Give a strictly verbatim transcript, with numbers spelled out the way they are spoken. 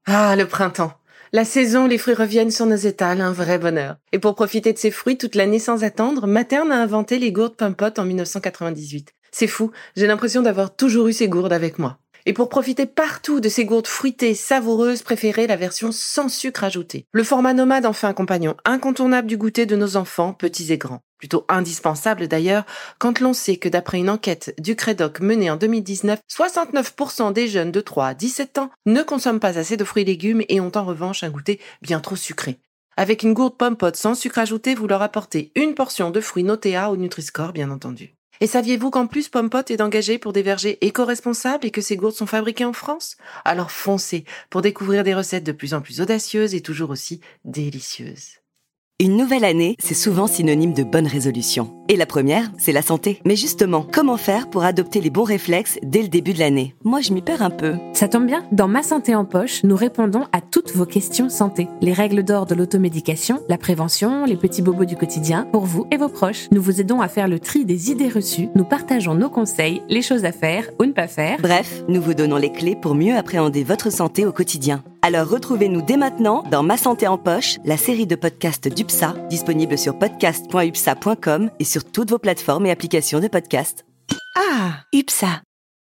Ah, le printemps. La saison où les fruits reviennent sur nos étals, un vrai bonheur. Et pour profiter de ces fruits toute l'année sans attendre, Materne a inventé les gourdes Pump-Pot en dix-neuf cent quatre-vingt-dix-huit. C'est fou, j'ai l'impression d'avoir toujours eu ces gourdes avec moi. Et pour profiter partout de ces gourdes fruitées, savoureuses, préférez la version sans sucre ajouté. Le format nomade en fait un compagnon incontournable du goûter de nos enfants, petits et grands. Plutôt indispensable d'ailleurs, quand l'on sait que d'après une enquête du Crédoc menée en deux mille dix-neuf, soixante-neuf pour cent des jeunes de trois à dix-sept ans ne consomment pas assez de fruits et légumes et ont en revanche un goûter bien trop sucré. Avec une gourde Pump-Pot sans sucre ajouté, vous leur apportez une portion de fruits notés A au Nutri-Score, bien entendu. Et saviez-vous qu'en plus Pump-Pot est engagé pour des vergers éco-responsables et que ces gourdes sont fabriquées en France ? Alors foncez pour découvrir des recettes de plus en plus audacieuses et toujours aussi délicieuses. Une nouvelle année, c'est souvent synonyme de bonnes résolutions. Et la première, c'est la santé. Mais justement, comment faire pour adopter les bons réflexes dès le début de l'année ? Moi, je m'y perds un peu. Ça tombe bien, dans Ma Santé en Poche, nous répondons à toutes vos questions santé. Les règles d'or de l'automédication, la prévention, les petits bobos du quotidien, pour vous et vos proches. Nous vous aidons à faire le tri des idées reçues, nous partageons nos conseils, les choses à faire ou ne pas faire. Bref, nous vous donnons les clés pour mieux appréhender votre santé au quotidien. Alors retrouvez-nous dès maintenant dans Ma Santé en Poche, la série de podcasts d'U P S A, disponible sur podcast point u p s a point com et sur toutes vos plateformes et applications de podcast. Ah, U P S A,